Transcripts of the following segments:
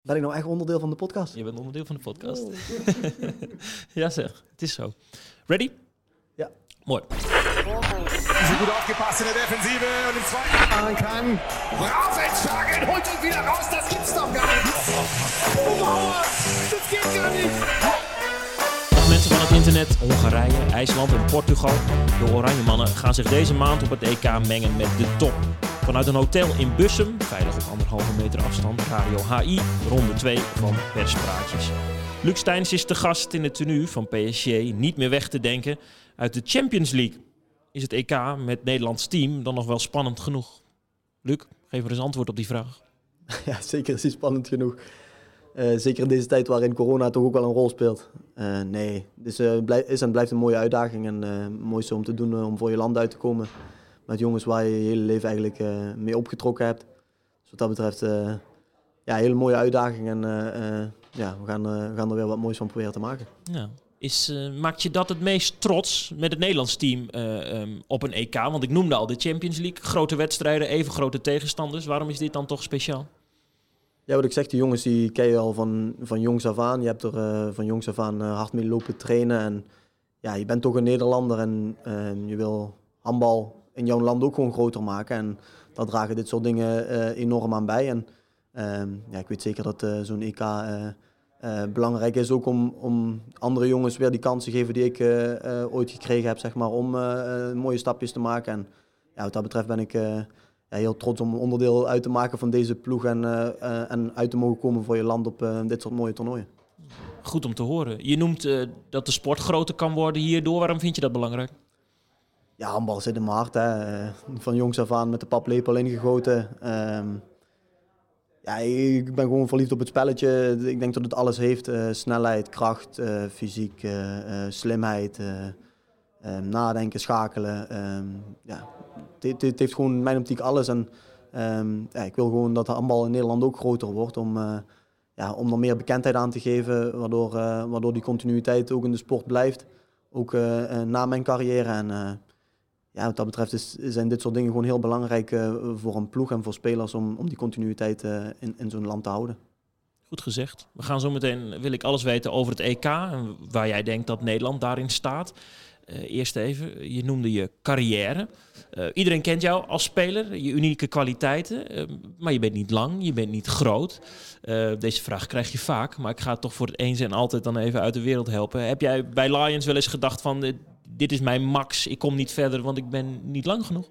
Ben ik nou echt onderdeel van de podcast? Je bent onderdeel van de podcast. Oh. Ja zeg, het is zo. Ready? Ja. Mooi. Ze goed aufgepasst in der Defensive und im zweiten machen kann. Rausentschlagen, holt ihn wieder raus, das gibt's doch gar nicht. Mauer, das geht gar nicht. Mensen van het internet, Hongarije, IJsland en Portugal. De Oranje Mannen gaan zich deze maand op het EK mengen met de top. Vanuit een hotel in Bussum, veilig op 1,5 meter afstand, Radio HI, ronde 2 van Perspraatjes. Luc Steins is te gast in het tenue van PSG, niet meer weg te denken uit de Champions League. Is het EK met Nederlands team dan nog wel spannend genoeg? Luc, geef er eens antwoord op die vraag. Ja, zeker is die spannend genoeg. Zeker in deze tijd waarin corona toch ook wel een rol speelt. Nee, dus is en blijft een mooie uitdaging en het mooiste om te doen om voor je land uit te komen. Met jongens waar je je hele leven eigenlijk mee opgetrokken hebt. Dus wat dat betreft, ja, een hele mooie uitdaging en ja, we gaan er weer wat moois van proberen te maken. Ja. Maakt je dat het meest trots met het Nederlands team op een EK? Want ik noemde al de Champions League, grote wedstrijden, even grote tegenstanders. Waarom is dit dan toch speciaal? Ja, wat ik zeg, die jongens die ken je al van jongs af aan. Je hebt er van jongs af aan hard mee lopen trainen. En ja, je bent toch een Nederlander en je wil handbal in jouw land ook gewoon groter maken. En daar dragen dit soort dingen enorm aan bij. En ja, ik weet zeker dat zo'n EK belangrijk is ook om andere jongens weer die kansen te geven die ik ooit gekregen heb, zeg maar, om mooie stapjes te maken. En ja, wat dat betreft ben ik ja, heel trots om onderdeel uit te maken van deze ploeg en uit te mogen komen voor je land op dit soort mooie toernooien. Goed om te horen. Je noemt dat de sport groter kan worden hierdoor. Waarom vind je dat belangrijk? Ja, handbal zit in mijn hart. Hè. Van jongs af aan met de paplepel ingegoten. Ja, ik ben gewoon verliefd op het spelletje. Ik denk dat het alles heeft. Snelheid, kracht, fysiek, slimheid, nadenken, schakelen. Ja, het heeft gewoon in mijn optiek alles. En ja, ik wil gewoon dat de handbal in Nederland ook groter wordt. Om er meer bekendheid aan te geven. Waardoor die continuïteit ook in de sport blijft. Ook na mijn carrière. En ja, wat dat betreft zijn dit soort dingen gewoon heel belangrijk voor een ploeg en voor spelers om die continuïteit in zo'n land te houden. Goed gezegd. We gaan zo meteen, wil ik alles weten over het EK en waar jij denkt dat Nederland daarin staat. Eerst even, je noemde je carrière. Iedereen kent jou als speler, je unieke kwaliteiten, maar je bent niet lang, je bent niet groot. Deze vraag krijg je vaak, maar ik ga het toch voor het eens en altijd dan even uit de wereld helpen. Heb jij bij Lions wel eens gedacht van, dit is mijn max, ik kom niet verder, want ik ben niet lang genoeg?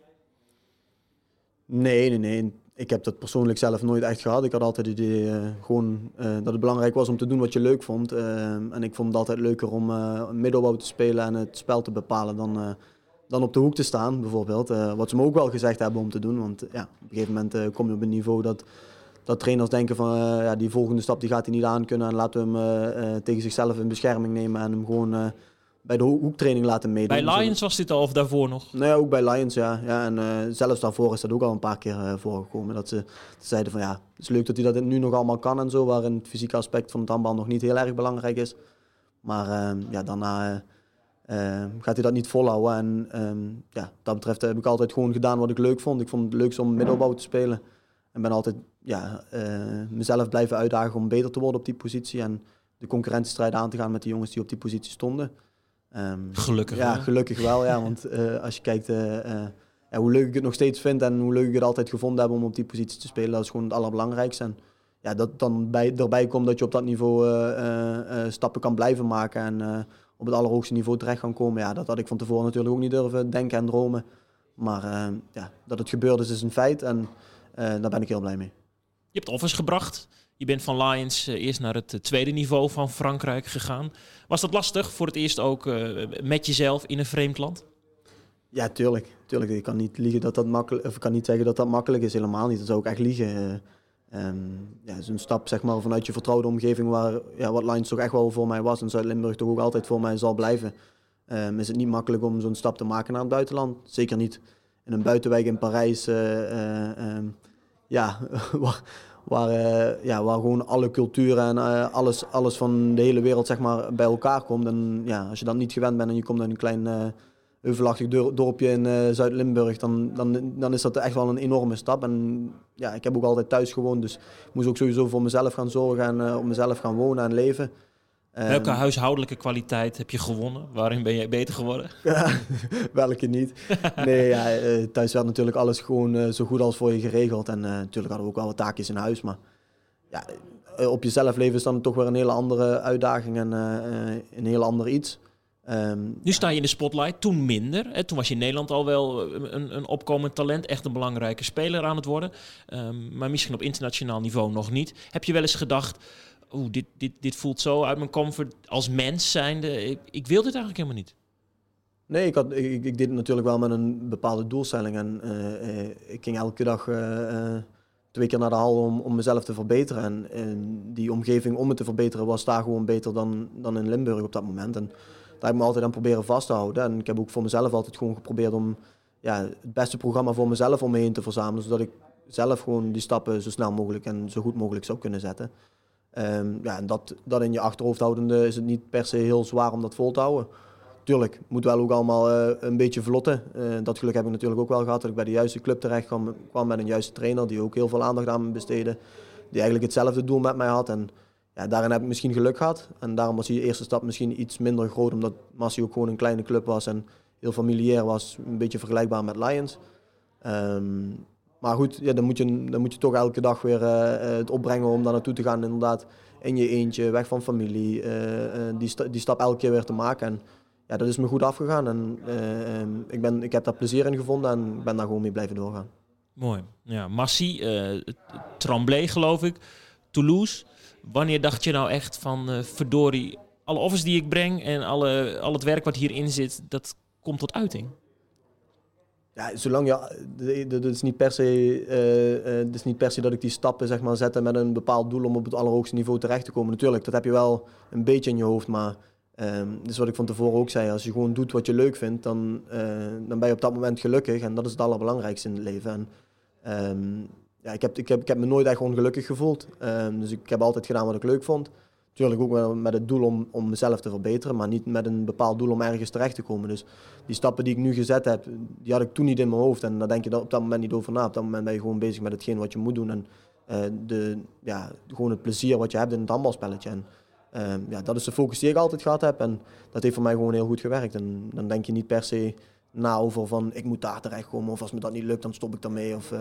Nee. Ik heb dat persoonlijk zelf nooit echt gehad. Ik had altijd het idee dat het belangrijk was om te doen wat je leuk vond. En ik vond het altijd leuker om middelbouw te spelen en het spel te bepalen dan op de hoek te staan, bijvoorbeeld. Wat ze me ook wel gezegd hebben om te doen. Want ja, op een gegeven moment kom je op een niveau dat trainers denken van ja, die volgende stap die gaat hij niet aan kunnen. En laten we hem tegen zichzelf in bescherming nemen en hem gewoon bij de hoektraining laten meedoen. Bij Lions was dit al of daarvoor nog? Nou ja, ook bij Lions, ja. En zelfs daarvoor is dat ook al een paar keer voorgekomen. Dat ze zeiden van ja, het is leuk dat hij dat nu nog allemaal kan en zo. Waarin het fysieke aspect van het handbal nog niet heel erg belangrijk is. Maar ja, daarna gaat hij dat niet volhouden. En ja, wat dat betreft heb ik altijd gewoon gedaan wat ik leuk vond. Ik vond het leukst om middelbouw te spelen. En ben altijd mezelf blijven uitdagen om beter te worden op die positie. En de concurrentiestrijd aan te gaan met de jongens die op die positie stonden. Gelukkig. Ja, gelukkig wel. Ja, want als je kijkt hoe leuk ik het nog steeds vind en hoe leuk ik het altijd gevonden heb om op die positie te spelen, dat is gewoon het allerbelangrijkste. En ja, dat dan erbij komt dat je op dat niveau stappen kan blijven maken en op het allerhoogste niveau terecht kan komen. Ja, dat had ik van tevoren natuurlijk ook niet durven denken en dromen. Maar ja, dat het gebeurd is een feit en daar ben ik heel blij mee. Je hebt offers gebracht. Je bent van Lions eerst naar het tweede niveau van Frankrijk gegaan. Was dat lastig voor het eerst ook met jezelf in een vreemd land? Ja, tuurlijk. Ik kan niet liegen dat makkelijk, of ik kan niet zeggen dat dat makkelijk is, helemaal niet. Dat zou ik echt liegen. Ja, zo'n stap zeg maar, vanuit je vertrouwde omgeving, waar wat Lions toch echt wel voor mij was en Zuid-Limburg toch ook altijd voor mij zal blijven. Is het niet makkelijk om zo'n stap te maken naar het buitenland. Zeker niet in een buitenwijk in Parijs. Waar gewoon alle culturen en alles van de hele wereld zeg maar, bij elkaar komt. En ja, als je dan niet gewend bent en je komt uit een klein heuvelachtig dorpje in Zuid-Limburg, dan is dat echt wel een enorme stap. En ja, ik heb ook altijd thuis gewoond, dus ik moest ook sowieso voor mezelf gaan zorgen en op mezelf gaan wonen en leven. Welke huishoudelijke kwaliteit heb je gewonnen? Waarin ben jij beter geworden? Welke niet? Nee, ja, thuis werd natuurlijk alles gewoon zo goed als voor je geregeld. En natuurlijk hadden we ook wel wat taakjes in huis. Maar ja, op jezelf leven is dan toch weer een hele andere uitdaging en een heel ander iets. Nu sta je in de spotlight, toen minder. Hè? Toen was je in Nederland al wel een opkomend talent. Echt een belangrijke speler aan het worden. Maar misschien op internationaal niveau nog niet. Heb je wel eens gedacht... Dit voelt zo uit mijn comfort als mens zijnde. Ik wil dit eigenlijk helemaal niet. Nee, ik deed het natuurlijk wel met een bepaalde doelstelling. En ik ging elke dag 2 keer naar de hal om mezelf te verbeteren. En die omgeving om het te verbeteren was daar gewoon beter dan in Limburg op dat moment. En daar heb ik me altijd aan proberen vast te houden. En ik heb ook voor mezelf altijd gewoon geprobeerd om het beste programma voor mezelf om me heen te verzamelen. Zodat ik zelf gewoon die stappen zo snel mogelijk en zo goed mogelijk zou kunnen zetten. En dat in je achterhoofd houdende is het niet per se heel zwaar om dat vol te houden. Tuurlijk, moet wel ook allemaal een beetje vlotten. Dat geluk heb ik natuurlijk ook wel gehad, dat ik bij de juiste club terecht kwam met een juiste trainer die ook heel veel aandacht aan me besteedde. Die eigenlijk hetzelfde doel met mij had. En ja, daarin heb ik misschien geluk gehad. En daarom was die eerste stap misschien iets minder groot, omdat Massie ook gewoon een kleine club was en heel familiair was. Een beetje vergelijkbaar met Lions. Maar goed, ja, dan moet je toch elke dag weer het opbrengen om daar naartoe te gaan. Inderdaad, in je eentje, weg van familie. Die stap elke keer weer te maken. En ja, dat is me goed afgegaan. En ik heb daar plezier in gevonden en ben daar gewoon mee blijven doorgaan. Mooi. Ja, Massie, Tremblay geloof ik, Toulouse. Wanneer dacht je nou echt van verdorie, alle offers die ik breng en al het werk wat hierin zit, dat komt tot uiting? Ja, zolang het is niet per se dat ik die stappen zeg maar zette met een bepaald doel om op het allerhoogste niveau terecht te komen. Natuurlijk, dat heb je wel een beetje in je hoofd, maar dus wat ik van tevoren ook zei, als je gewoon doet wat je leuk vindt, dan ben je op dat moment gelukkig en dat is het allerbelangrijkste in het leven. En ik heb me nooit echt ongelukkig gevoeld, dus ik heb altijd gedaan wat ik leuk vond. Natuurlijk ook wel met het doel om mezelf te verbeteren, maar niet met een bepaald doel om ergens terecht te komen. Dus die stappen die ik nu gezet heb, die had ik toen niet in mijn hoofd. En daar denk je op dat moment niet over na. Op dat moment ben je gewoon bezig met hetgeen wat je moet doen. En gewoon het plezier wat je hebt in het handbalspelletje. En dat is de focus die ik altijd gehad heb. En dat heeft voor mij gewoon heel goed gewerkt. En dan denk je niet per se na over van ik moet daar terechtkomen. Of als me dat niet lukt, dan stop ik daarmee. Of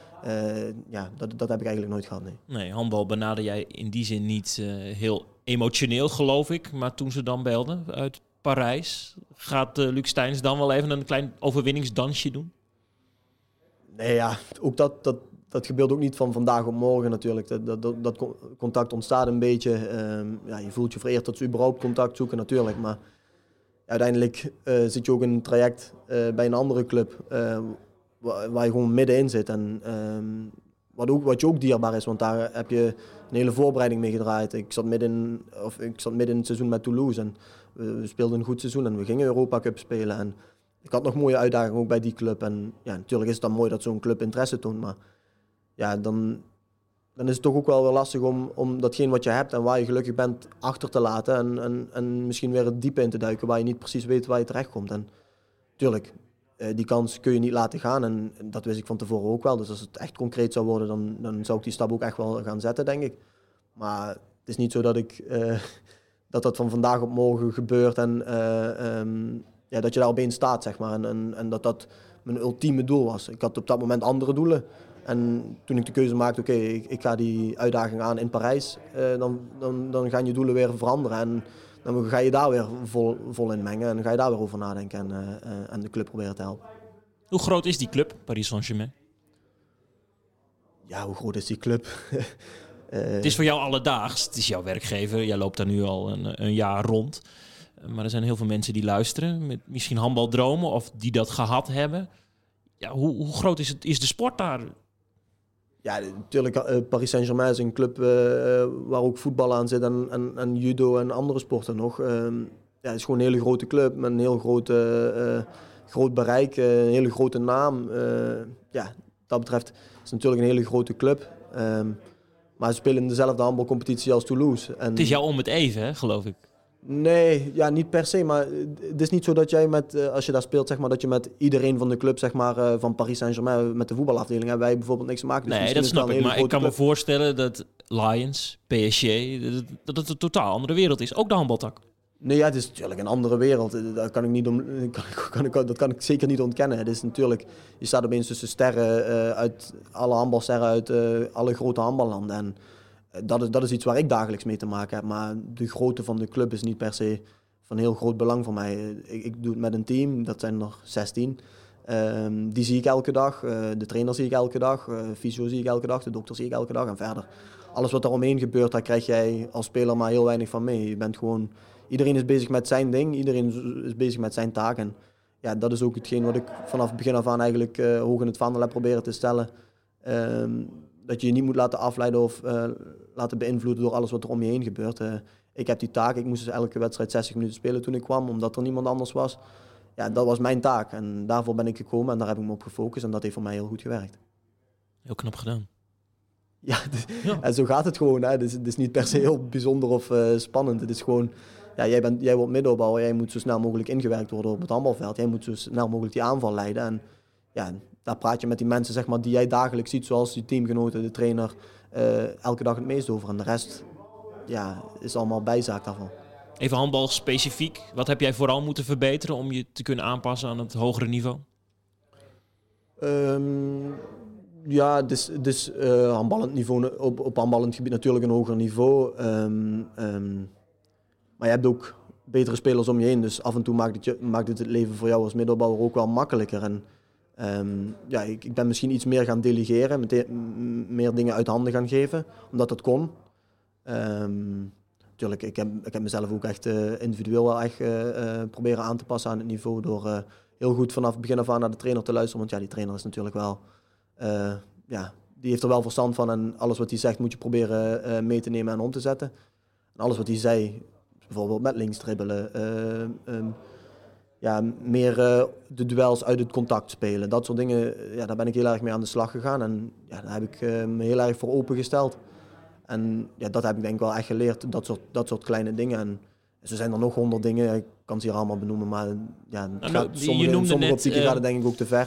dat heb ik eigenlijk nooit gehad, nee. Nee, handbal benader jij in die zin niet heel emotioneel, geloof ik. Maar toen ze dan belden uit Parijs, gaat Luc Steins dan wel even een klein overwinningsdansje doen? Nee, ja, ook dat gebeurt ook niet van vandaag op morgen natuurlijk. Dat contact ontstaat een beetje. Je voelt je vereerd dat ze überhaupt contact zoeken natuurlijk. Maar uiteindelijk zit je ook in een traject bij een andere club waar je gewoon middenin zit. En wat je ook dierbaar is, want daar heb je een hele voorbereiding mee gedraaid. Ik zat midden in het seizoen met Toulouse en we speelden een goed seizoen en we gingen Europa Cup spelen. En ik had nog mooie uitdagingen ook bij die club. En ja, natuurlijk is het dan mooi dat zo'n club interesse toont, maar ja, dan is het toch ook wel weer lastig om datgene wat je hebt en waar je gelukkig bent achter te laten en misschien weer het diepe in te duiken waar je niet precies weet waar je terechtkomt. En tuurlijk, die kans kun je niet laten gaan en dat wist ik van tevoren ook wel. Dus als het echt concreet zou worden, dan zou ik die stap ook echt wel gaan zetten, denk ik. Maar het is niet zo dat van vandaag op morgen gebeurt en dat je daar opeens staat, zeg maar. En dat mijn ultieme doel was. Ik had op dat moment andere doelen. En toen ik de keuze maakte, oké, ik ga die uitdaging aan in Parijs, dan gaan je doelen weer veranderen. En dan ga je daar weer vol in mengen en dan ga je daar weer over nadenken en de club proberen te helpen. Hoe groot is die club, Paris Saint-Germain? Ja, hoe groot is die club? Het is voor jou alledaags, het is jouw werkgever, jij loopt daar nu al een jaar rond. Maar er zijn heel veel mensen die luisteren, met misschien handbaldromen of die dat gehad hebben. Ja, hoe groot is de sport daar? Ja, natuurlijk, Paris Saint-Germain is een club waar ook voetbal aan zit en judo en andere sporten nog. Het is gewoon een hele grote club met een heel groot bereik, een hele grote naam. Dat betreft is het natuurlijk een hele grote club. Maar ze spelen in dezelfde handbalcompetitie als Toulouse. Het is jou om het even, hè, geloof ik. Nee, ja, niet per se. Maar het is niet zo dat jij als je daar speelt, zeg maar, dat je met iedereen van de club, zeg maar, van Paris Saint-Germain, met de voetbalafdeling, hebben wij bijvoorbeeld niks te maken. Dus Nee, dat snap ik. Maar ik kan me voorstellen dat Lions, PSG, dat het een totaal andere wereld is. Ook de handbaltak. Nee, ja, het is natuurlijk een andere wereld. Dat kan ik zeker niet ontkennen. Het is natuurlijk, je staat opeens tussen sterren uit alle handbalsterren uit alle grote handballanden. En dat is iets waar ik dagelijks mee te maken heb. Maar de grootte van de club is niet per se van heel groot belang voor mij. Ik doe het met een team, dat zijn er 16. Die zie ik elke dag. De trainer zie ik elke dag. Fysio zie ik elke dag. De dokter zie ik elke dag. En verder, alles wat er omheen gebeurt, daar krijg jij als speler maar heel weinig van mee. Je bent gewoon... Iedereen is bezig met zijn ding, iedereen is bezig met zijn taak. En ja, dat is ook hetgeen wat ik vanaf het begin af aan eigenlijk hoog in het vaandel heb proberen te stellen. Dat je je niet moet laten afleiden of laten beïnvloeden door alles wat er om je heen gebeurt. Ik heb die taak, ik moest dus elke wedstrijd 60 minuten spelen toen ik kwam, omdat er niemand anders was. Ja, dat was mijn taak en daarvoor ben ik gekomen en daar heb ik me op gefocust en dat heeft voor mij heel goed gewerkt. Heel knap gedaan. Ja, en zo gaat het gewoon. Hè. Het is niet per se heel bijzonder of spannend. Het is gewoon... Ja, jij wordt middenbouwer, jij moet zo snel mogelijk ingewerkt worden op het handbalveld. Jij moet zo snel mogelijk die aanval leiden. En ja, daar praat je met die mensen, zeg maar, die jij dagelijks ziet, zoals die teamgenoten, de trainer, elke dag het meest over. En de rest is allemaal bijzaak daarvan. Even handbal specifiek. Wat heb jij vooral moeten verbeteren om je te kunnen aanpassen aan het hogere niveau? Ja, dus handballend niveau, op handballend gebied natuurlijk een hoger niveau. Maar je hebt ook betere spelers om je heen. Dus af en toe maakt het leven voor jou als middelbouwer ook wel makkelijker. En ik ben misschien iets meer gaan delegeren, meer dingen uit handen gaan geven, omdat dat kon. Natuurlijk, ik heb mezelf ook echt individueel wel echt proberen aan te passen aan het niveau door heel goed vanaf het begin af aan naar de trainer te luisteren. Want ja, die trainer is natuurlijk wel, die heeft er wel verstand van en alles wat hij zegt moet je proberen mee te nemen en om te zetten. En alles wat hij zei, bijvoorbeeld met links dribbelen, meer de duels uit het contact spelen. Dat soort dingen, daar ben ik heel erg mee aan de slag gegaan en daar heb ik me heel erg voor opengesteld. En dat heb ik denk ik wel echt geleerd, dat soort kleine dingen. En zo zijn er nog 100 dingen, ik kan ze hier allemaal benoemen, maar sommige optieken gaat het denk ik ook te ver.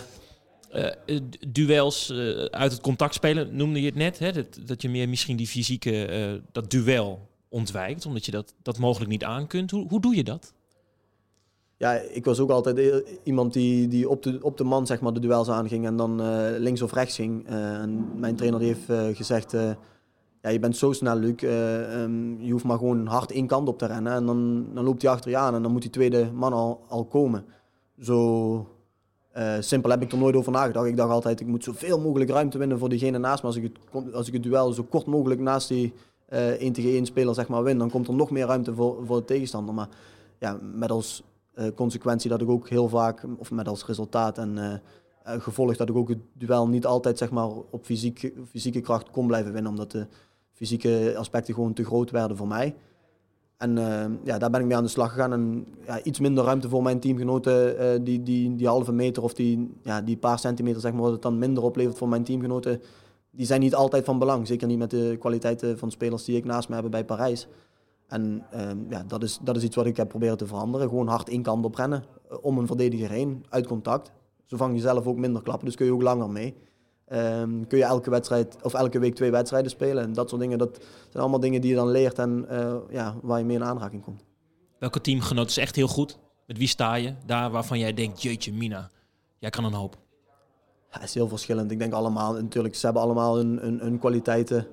Duels uit het contact spelen, noemde je het net, hè? Dat je meer misschien die fysieke, dat duel ontwijkt, omdat je dat mogelijk niet aan kunt. Hoe doe je dat? Ja, ik was ook altijd iemand die op de man zeg maar, de duels aanging en dan links of rechts ging. En mijn trainer die heeft gezegd, je bent zo snel, Luc. Je hoeft maar gewoon hard één kant op te rennen en dan loopt hij achter je aan en dan moet die tweede man al komen. Zo simpel heb ik er nooit over nagedacht. Ik dacht altijd, ik moet zoveel mogelijk ruimte winnen voor diegene naast me. Als ik het duel zo kort mogelijk naast die 1 tegen 1 speler zeg maar, win, dan komt er nog meer ruimte voor de tegenstander. Maar ja, met als consequentie dat ik ook heel vaak, of met als resultaat en gevolg dat ik ook het duel niet altijd zeg maar, op fysieke kracht kon blijven winnen, omdat de fysieke aspecten gewoon te groot werden voor mij. En daar ben ik mee aan de slag gegaan en iets minder ruimte voor mijn teamgenoten, die halve meter of die paar centimeter zeg maar, wat het dan minder oplevert voor mijn teamgenoten, die zijn niet altijd van belang. Zeker niet met de kwaliteiten van spelers die ik naast me heb bij Parijs. En dat is iets wat ik heb proberen te veranderen. Gewoon hard één kant op rennen, om een verdediger heen, uit contact. Zo vang je zelf ook minder klappen, dus kun je ook langer mee. Kun je elke wedstrijd of elke week 2 wedstrijden spelen. En dat soort dingen, dat zijn allemaal dingen die je dan leert en waar je mee in aanraking komt. Welke teamgenoot is echt heel goed? Met wie sta je? Daar waarvan jij denkt, jeetje mina, jij kan een hoop. Ja, het is heel verschillend. Ik denk allemaal, natuurlijk, ze hebben allemaal hun kwaliteiten.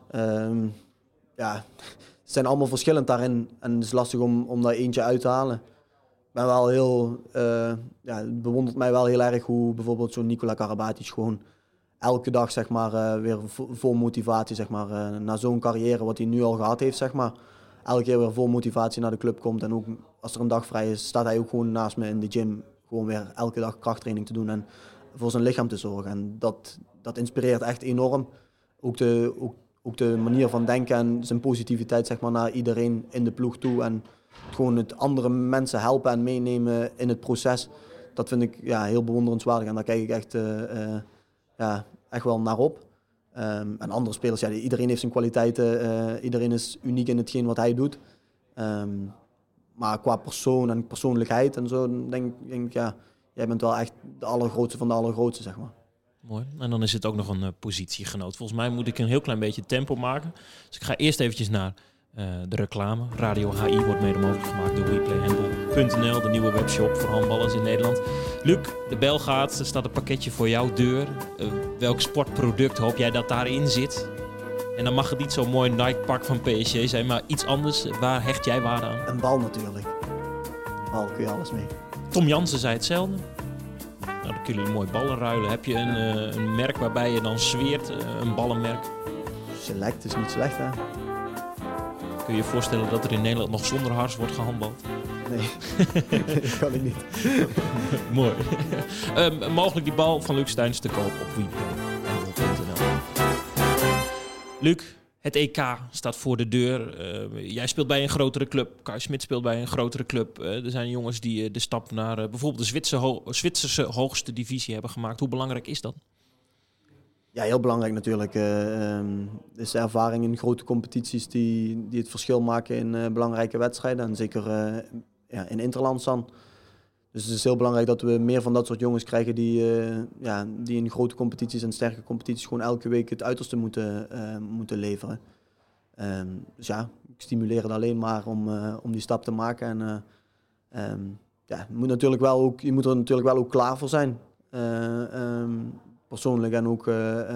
Ze zijn allemaal verschillend daarin. En het is lastig om daar eentje uit te halen. Ik ben wel heel, het bewondert mij wel heel erg hoe bijvoorbeeld zo'n Nikola Karabatic gewoon elke dag zeg maar, weer vol motivatie zeg maar, na zo'n carrière wat hij nu al gehad heeft, zeg maar, elke keer weer vol motivatie naar de club komt. En ook als er een dag vrij is, staat hij ook gewoon naast me in de gym. Gewoon weer elke dag krachttraining te doen en voor zijn lichaam te zorgen. En dat inspireert echt enorm. Ook de manier van denken en zijn positiviteit zeg maar, naar iedereen in de ploeg toe. En gewoon het andere mensen helpen en meenemen in het proces. Dat vind ik heel bewonderenswaardig en daar kijk ik echt wel naar op. En andere spelers, iedereen heeft zijn kwaliteiten. Iedereen is uniek in hetgeen wat hij doet. Maar qua persoon en persoonlijkheid en zo, dan denk ik, ja, jij bent wel echt de allergrootste van de allergrootste, zeg maar. Mooi. En dan is het ook nog een positiegenoot. Volgens mij moet ik een heel klein beetje tempo maken. Dus ik ga eerst eventjes naar de reclame. Radio HI wordt mede mogelijk gemaakt door WePlayHandball.nl, de nieuwe webshop voor handballers in Nederland. Luc, de bel gaat. Er staat een pakketje voor jouw deur. Welk sportproduct hoop jij dat daarin zit? En dan mag het niet zo'n mooi Nike-pak van PSG zijn, maar iets anders. Waar hecht jij waarde aan? Een bal natuurlijk. Een bal kun je alles mee. Tom Jansen zei hetzelfde. Nou, dan kunnen jullie mooi ballen ruilen. Heb je een merk waarbij je dan zweert, een ballenmerk? Select is niet slecht, hè? Kun je je voorstellen dat er in Nederland nog zonder hars wordt gehandbald? Nee, dat kan ik niet. Mooi. Mogelijk die bal van Luc Steins te koop op WePlayHandball.nl. Luc, het EK staat voor de deur. Jij speelt bij een grotere club. Kai Smit speelt bij een grotere club. Er zijn jongens die de stap naar bijvoorbeeld de Zwitserse hoogste divisie hebben gemaakt. Hoe belangrijk is dat? Ja, heel belangrijk natuurlijk. Is de ervaring in grote competities die het verschil maken in belangrijke wedstrijden. En zeker in interlands dan. Dus het is heel belangrijk dat we meer van dat soort jongens krijgen die in grote competities en sterke competities gewoon elke week het uiterste moeten leveren. Dus ja, ik stimuleer het alleen maar om die stap te maken. En je moet er natuurlijk wel ook klaar voor zijn. Persoonlijk en ook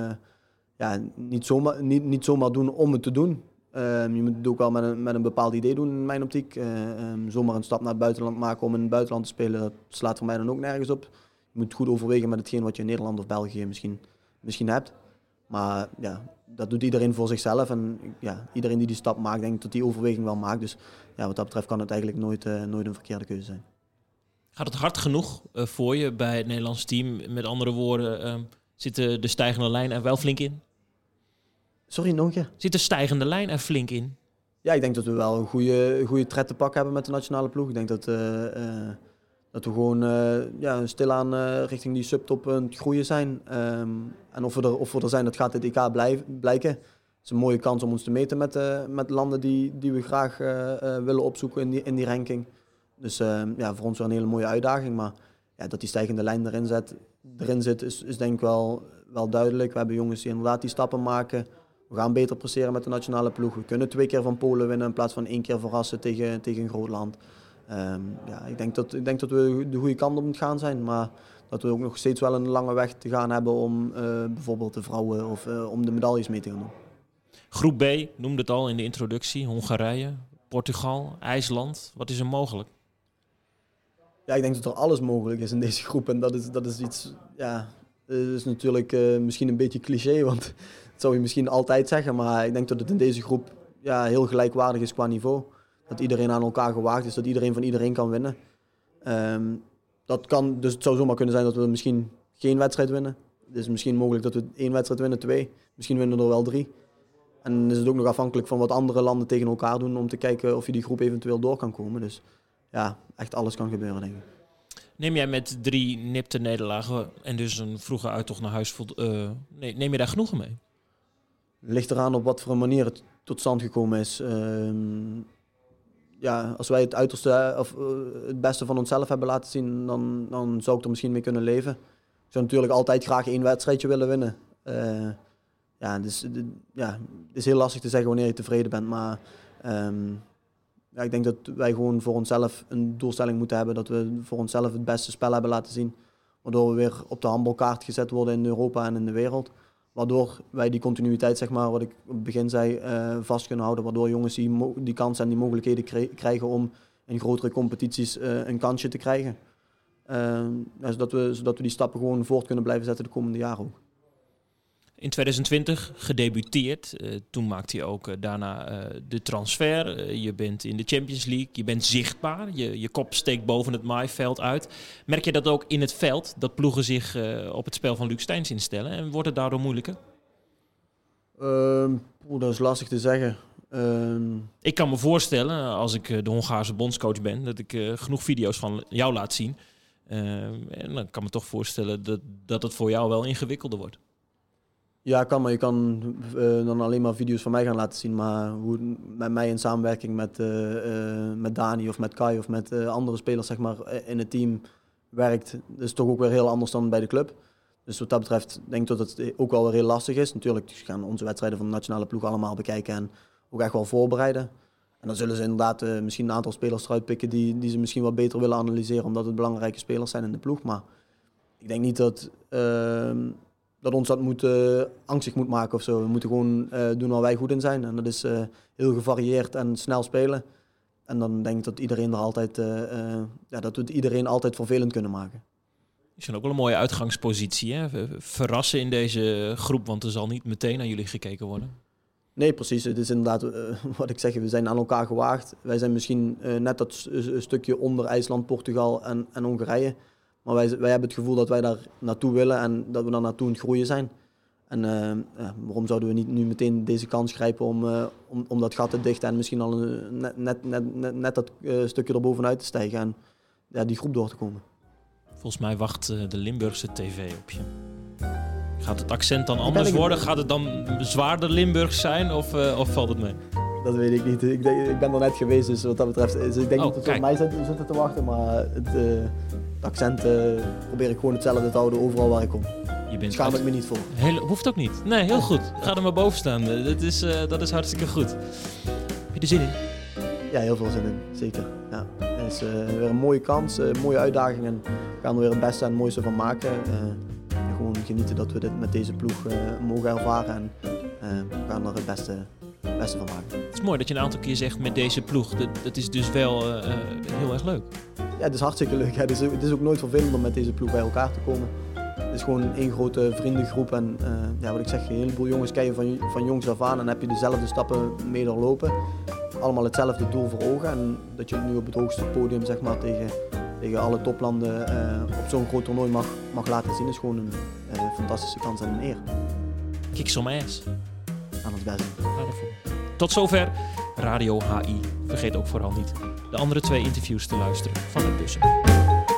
niet zomaar doen om het te doen. Je moet het ook wel met een bepaald idee doen in mijn optiek. Zomaar een stap naar het buitenland maken om in het buitenland te spelen, dat slaat voor mij dan ook nergens op. Je moet goed overwegen met hetgeen wat je in Nederland of België misschien hebt. Maar ja, dat doet iedereen voor zichzelf. En ja, iedereen die stap maakt, denk ik dat die overweging wel maakt. Dus ja, wat dat betreft kan het eigenlijk nooit een verkeerde keuze zijn. Gaat het hard genoeg voor je bij het Nederlands team? Met andere woorden, zit de stijgende lijn er wel flink in? Sorry, nog een keer? Zit de stijgende lijn er flink in? Ja, ik denk dat we wel een goede tred te pakken hebben met de nationale ploeg. Ik denk dat we gewoon stilaan richting die subtop aan het groeien zijn. En of we er zijn, dat gaat dit EK blijken. Het is een mooie kans om ons te meten met landen die we graag willen opzoeken in die ranking. Dus voor ons wel een hele mooie uitdaging. Maar ja, dat die stijgende lijn erin zit, is denk ik wel duidelijk. We hebben jongens die inderdaad die stappen maken. We gaan beter presteren met de nationale ploeg. We kunnen 2 keer van Polen winnen in plaats van 1 keer verrassen tegen een groot land. Ik denk dat we de goede kant op moeten gaan zijn. Maar dat we ook nog steeds wel een lange weg te gaan hebben om bijvoorbeeld de vrouwen of om de medailles mee te gaan doen. Groep B, noemde het al in de introductie. Hongarije, Portugal, IJsland. Wat is er mogelijk? Ja, ik denk dat er alles mogelijk is in deze groep. En dat is iets, dat is natuurlijk misschien een beetje cliché, want dat zou je misschien altijd zeggen. Maar ik denk dat het in deze groep heel gelijkwaardig is qua niveau. Dat iedereen aan elkaar gewaagd is, dat iedereen van iedereen kan winnen. Dus het zou zomaar kunnen zijn dat we misschien geen wedstrijd winnen. Het is misschien mogelijk dat we 1 wedstrijd winnen, 2. Misschien winnen we er wel 3. En dan is het ook nog afhankelijk van wat andere landen tegen elkaar doen om te kijken of je die groep eventueel door kan komen. Dus ja, echt alles kan gebeuren, denk ik. Neem jij met 3 nipte nederlagen en dus een vroege uittocht naar huis, neem je daar genoegen mee? Ligt eraan op wat voor een manier het tot stand gekomen is. Als wij het uiterste of het beste van onszelf hebben laten zien, dan zou ik er misschien mee kunnen leven. Ik zou natuurlijk altijd graag 1 wedstrijdje willen winnen. Het is heel lastig te zeggen wanneer je tevreden bent, maar ik denk dat wij gewoon voor onszelf een doelstelling moeten hebben, dat we voor onszelf het beste spel hebben laten zien, waardoor we weer op de handbalkaart gezet worden in Europa en in de wereld. Waardoor wij die continuïteit, zeg maar, wat ik op het begin zei, vast kunnen houden. Waardoor jongens die kans en die mogelijkheden krijgen om in grotere competities een kansje te krijgen. Zodat we die stappen gewoon voort kunnen blijven zetten de komende jaren ook. In 2020 gedebuteerd. Toen maakte je ook daarna de transfer. Je bent in de Champions League. Je bent zichtbaar. Je kop steekt boven het maaiveld uit. Merk je dat ook in het veld? Dat ploegen zich op het spel van Luc Steins instellen? En wordt het daardoor moeilijker? Dat is lastig te zeggen. Ik kan me voorstellen, als ik de Hongaarse bondscoach ben, dat ik genoeg video's van jou laat zien. En dan kan ik me toch voorstellen dat het voor jou wel ingewikkelder wordt. Ja, kan, maar je kan dan alleen maar video's van mij gaan laten zien. Maar hoe het met mij in samenwerking met Dani of met Kai of met andere spelers zeg maar, in het team werkt, is toch ook weer heel anders dan bij de club. Dus wat dat betreft denk ik dat het ook wel weer heel lastig is. Natuurlijk gaan onze wedstrijden van de nationale ploeg allemaal bekijken en ook echt wel voorbereiden. En dan zullen ze inderdaad misschien een aantal spelers eruit pikken die ze misschien wat beter willen analyseren, omdat het belangrijke spelers zijn in de ploeg. Maar ik denk niet dat ons dat angstig moet maken of zo. We moeten gewoon doen waar wij goed in zijn. En dat is heel gevarieerd en snel spelen. En dan denk ik dat iedereen dat we het iedereen altijd vervelend kunnen maken. Is dan ook wel een mooie uitgangspositie, hè? Verrassen in deze groep, want er zal niet meteen naar jullie gekeken worden. Nee, precies. Het is inderdaad wat ik zeg, we zijn aan elkaar gewaagd. Wij zijn misschien net dat stukje onder IJsland, Portugal en Hongarije. Maar wij hebben het gevoel dat wij daar naartoe willen en dat we daar naartoe aan het groeien zijn. En waarom zouden we niet nu meteen deze kans grijpen om dat gat te dichten en misschien al net dat stukje erbovenuit te stijgen en die groep door te komen. Volgens mij wacht de Limburgse tv op je. Gaat het accent dan anders worden? Gaat het dan zwaarder Limburgs zijn of valt het mee? Dat weet ik niet. Ik ben er net geweest, dus wat dat betreft. Dus ik denk niet dat ze op mij zitten te wachten, maar het accent probeer ik gewoon hetzelfde te houden overal waar ik kom. Schaam ik me niet voor. Hoeft ook niet. Nee, heel goed. Ga er maar boven staan. Dat is hartstikke goed. Heb je er zin in? Ja, heel veel zin in. Zeker. Ja. Het is weer een mooie kans, een mooie uitdaging en we gaan er weer het beste en het mooiste van maken. Gewoon genieten dat we dit met deze ploeg mogen ervaren en we gaan er het beste van maken. Het is mooi dat je een aantal keer zegt met deze ploeg. Dat is dus wel heel erg leuk. Ja, het is hartstikke leuk. Ja. Het is ook nooit vervelend om met deze ploeg bij elkaar te komen. Het is gewoon één grote vriendengroep en wat ik zeg, een heleboel jongens ken je van jongs af aan en heb je dezelfde stappen mee doorlopen. Allemaal hetzelfde doel voor ogen en dat je nu op het hoogste podium zeg maar, tegen alle toplanden op zo'n groot toernooi mag laten zien, is gewoon een fantastische kans en een eer. Kick some ass. Aan het beste. Tot zover Radio HI. Vergeet ook vooral niet de andere 2 interviews te luisteren van het Bussen.